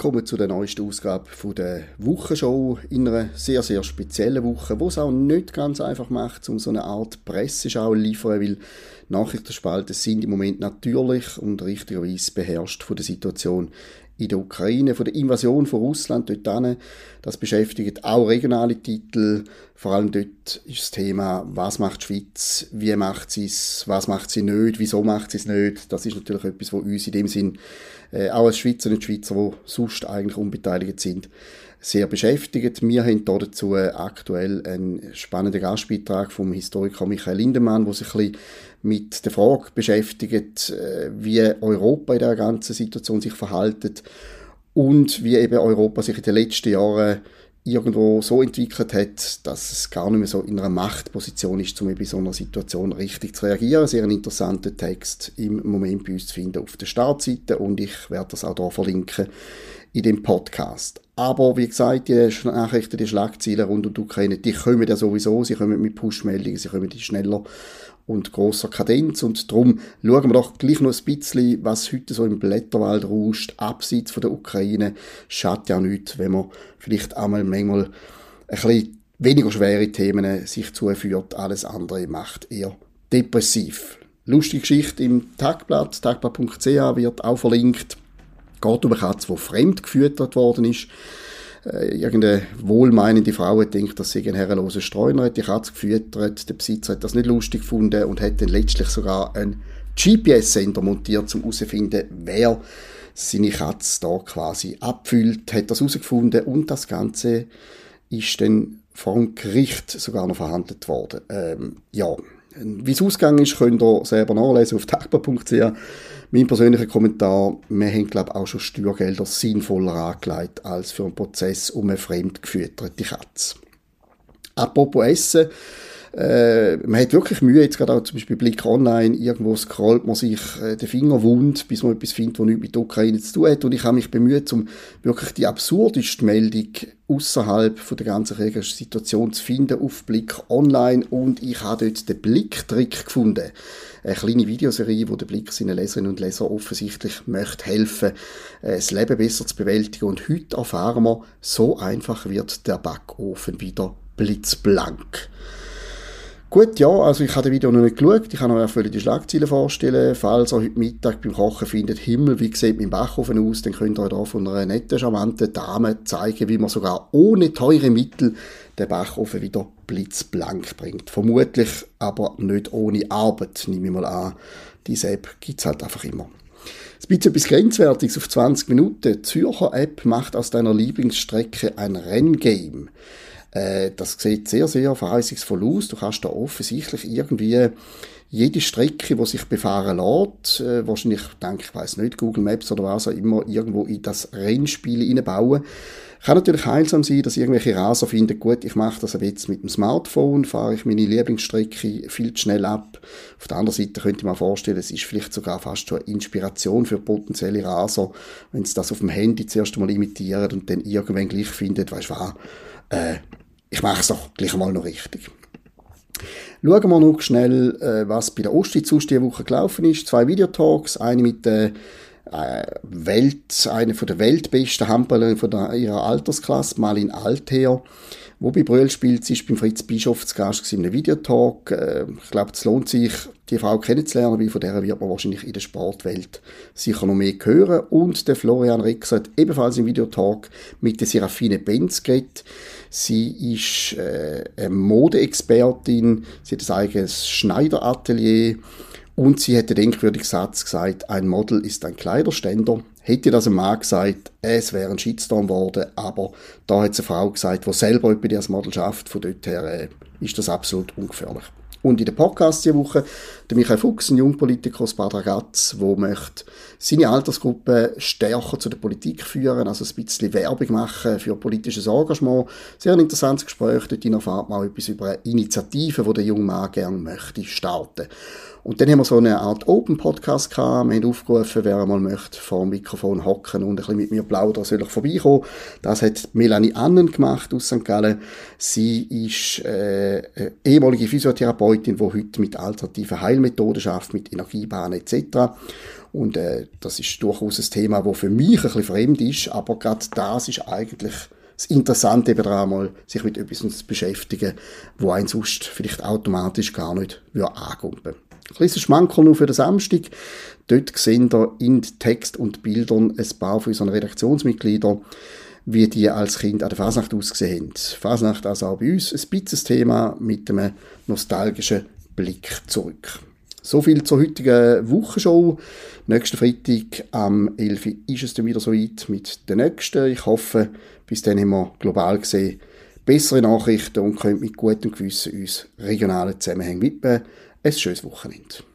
willkommen zu der neuesten Ausgabe von der Wochenshow in einer sehr, sehr speziellen Woche, wo es auch nicht ganz einfach macht, um so eine Art Presseschau zu liefern, weil Nachrichtenspalten sind im Moment natürlich und richtigerweise beherrscht von der Situation in der Ukraine, von der Invasion von Russland dorthin. Das beschäftigt auch regionale Titel. Vor allem dort ist das Thema, was macht die Schweiz, wie macht sie es, was macht sie nicht, wieso macht sie es nicht. Das ist natürlich etwas, was uns in dem Sinn, auch als Schweizer und Schweizer, die sonst eigentlich unbeteiligt sind, sehr beschäftigt. Wir haben hier dazu aktuell einen spannenden Gastbeitrag vom Historiker Michael Lindemann, der sich ein bisschen mit der Frage beschäftigt, wie Europa in dieser ganzen Situation sich verhält und wie eben Europa sich in den letzten Jahren irgendwo so entwickelt hat, dass es gar nicht mehr so in einer Machtposition ist, um in so einer Situation richtig zu reagieren. Sehr ein interessanter Text im Moment bei uns zu finden auf der Startseite und ich werde das auch hier verlinken in dem Podcast. Aber wie gesagt, die Nachrichten, die Schlagzeilen rund um die Ukraine, die kommen ja sowieso, sie kommen mit Push-Meldungen, sie kommen schneller und grosser Kadenz und darum schauen wir doch gleich noch ein bisschen, was heute so im Blätterwald rauscht, abseits von der Ukraine. Schadet ja nichts, wenn man vielleicht einmal manchmal ein bisschen weniger schwere Themen sich zuführt, alles andere macht eher depressiv. Lustige Geschichte im Tagblatt, tagblatt.ch wird auch verlinkt. Geht um eine Katze, die fremd gefüttert worden ist. Irgendeine wohlmeinende Frau hat gedacht, dass sie ein herrenloser Streuner hat die Katze gefüttert. Der Besitzer hat das nicht lustig gefunden und hat dann letztlich sogar einen GPS-Sender montiert, um herauszufinden, wer seine Katze da quasi abfüllt. Hat das herausgefunden und das Ganze ist dann vor dem Gericht sogar noch verhandelt worden. Wie es ausgegangen ist, könnt ihr selber nachlesen auf tagblatt.ch. Mein persönlicher Kommentar, wir haben, glaube ich, auch schon Steuergelder sinnvoller angelegt als für einen Prozess um eine fremd gefütterte Katze. Apropos Essen, man hat wirklich Mühe, jetzt gerade auch zum Beispiel Blick Online, irgendwo scrollt man sich den Finger wund, bis man etwas findet, was nichts mit der Ukraine zu tun hat. Und ich habe mich bemüht, um wirklich die absurdeste Meldung außerhalb von der ganzen Situation zu finden auf Blick Online. Und ich habe dort den Blicktrick gefunden. Eine kleine Videoserie, wo der Blick seinen Leserinnen und Lesern offensichtlich möchte helfen, das Leben besser zu bewältigen. Und heute erfahren wir, so einfach wird der Backofen wieder blitzblank. Gut, ja, also ich habe das Video noch nicht geschaut, ich kann euch die Schlagzeilen vorstellen. Falls ihr heute Mittag beim Kochen findet, Himmel, wie sieht mein Backofen aus, dann könnt ihr euch da von einer netten, charmanten Dame zeigen, wie man sogar ohne teure Mittel den Backofen wieder blitzblank bringt. Vermutlich aber nicht ohne Arbeit, nehme ich mal an. Diese App gibt es halt einfach immer. Ein bisschen etwas Grenzwertiges auf 20 Minuten. Die Zürcher App macht aus deiner Lieblingsstrecke ein Renngame. Das sieht sehr, sehr verheißungsvoll aus. Du kannst da offensichtlich irgendwie jede Strecke, die sich befahren lässt, wahrscheinlich, ich weiss nicht, Google Maps oder was auch immer, irgendwo in das Rennspiel einbauen. Kann natürlich heilsam sein, dass irgendwelche Raser finden, gut, ich mache das jetzt mit dem Smartphone, fahre ich meine Lieblingsstrecke viel zu schnell ab. Auf der anderen Seite könnte man vorstellen, es ist vielleicht sogar fast schon eine Inspiration für potenzielle Raser, wenn sie das auf dem Handy zuerst einmal imitieren und dann irgendwann gleich finden, weisst du was, ich mache es doch gleich mal noch richtig. Schauen wir noch schnell, was bei der Ostschweiz diese Woche gelaufen ist. 2 Videotalks, eine mit der eine von der weltbesten Handballerin von ihrer Altersklasse, Malin Alther, wo bei Brühl spielt, sie ist beim Fritz Bischof zu Gast in einem Videotalk. Ich glaube, es lohnt sich, die Frau kennenzulernen, weil von der wird man wahrscheinlich in der Sportwelt sicher noch mehr hören. Und der Florian Rixer hat ebenfalls im Videotalk mit der Serafine Benz geredet. Sie ist eine Modeexpertin, sie hat ein eigenes Schneideratelier und sie hat den denkwürdigen Satz gesagt, ein Model ist ein Kleiderständer. Hätte das ein Mann gesagt, es wäre ein Shitstorm geworden, aber da hat es eine Frau gesagt, die selber bei das Model schafft, von dort her ist das absolut ungefährlich. Und in der Podcast diese Woche, der Michael Fuchs, ein Jungpolitiker aus Bad Ragaz, der möchte seine Altersgruppe stärker zu der Politik führen, also ein bisschen Werbung machen für politisches Engagement. Sehr ein interessantes Gespräch, dort erfahrt man auch etwas über eine Initiative, die der junge Mann gerne möchte starten. Und dann haben wir so eine Art Open-Podcast gehabt. Wir haben aufgerufen, wer einmal möchte, vor dem Mikrofon hocken und ein bisschen mit mir plaudern, soll ich vorbeikommen. Das hat Melanie Annen gemacht aus St. Gallen. Sie ist ehemalige Physiotherapeutin, die heute mit alternativen Heilmethoden arbeitet, mit Energiebahnen etc. Und das ist durchaus ein Thema, das für mich ein bisschen fremd ist, aber gerade das ist eigentlich das Interessante eben daran, mal sich mit etwas zu beschäftigen, wo einen sonst vielleicht automatisch gar nicht angumpen. Ein kleines Schmankerl nur für den Samstag. Dort sehen ihr in Text und Bildern ein paar von unseren Redaktionsmitgliedern, wie die als Kind an der Fasnacht ausgesehen haben. Fasnacht also auch bei uns ein bisschen Thema mit einem nostalgischen Blick zurück. So viel zur heutigen Wochenshow. Nächsten Freitag am 11. Uhr ist es dann wieder soweit mit der nächsten. Ich hoffe, bis dann haben wir global gesehen bessere Nachrichten und können mit gutem Gewissen uns regionalen Zusammenhängen widmen. Ein schönes Wochenende.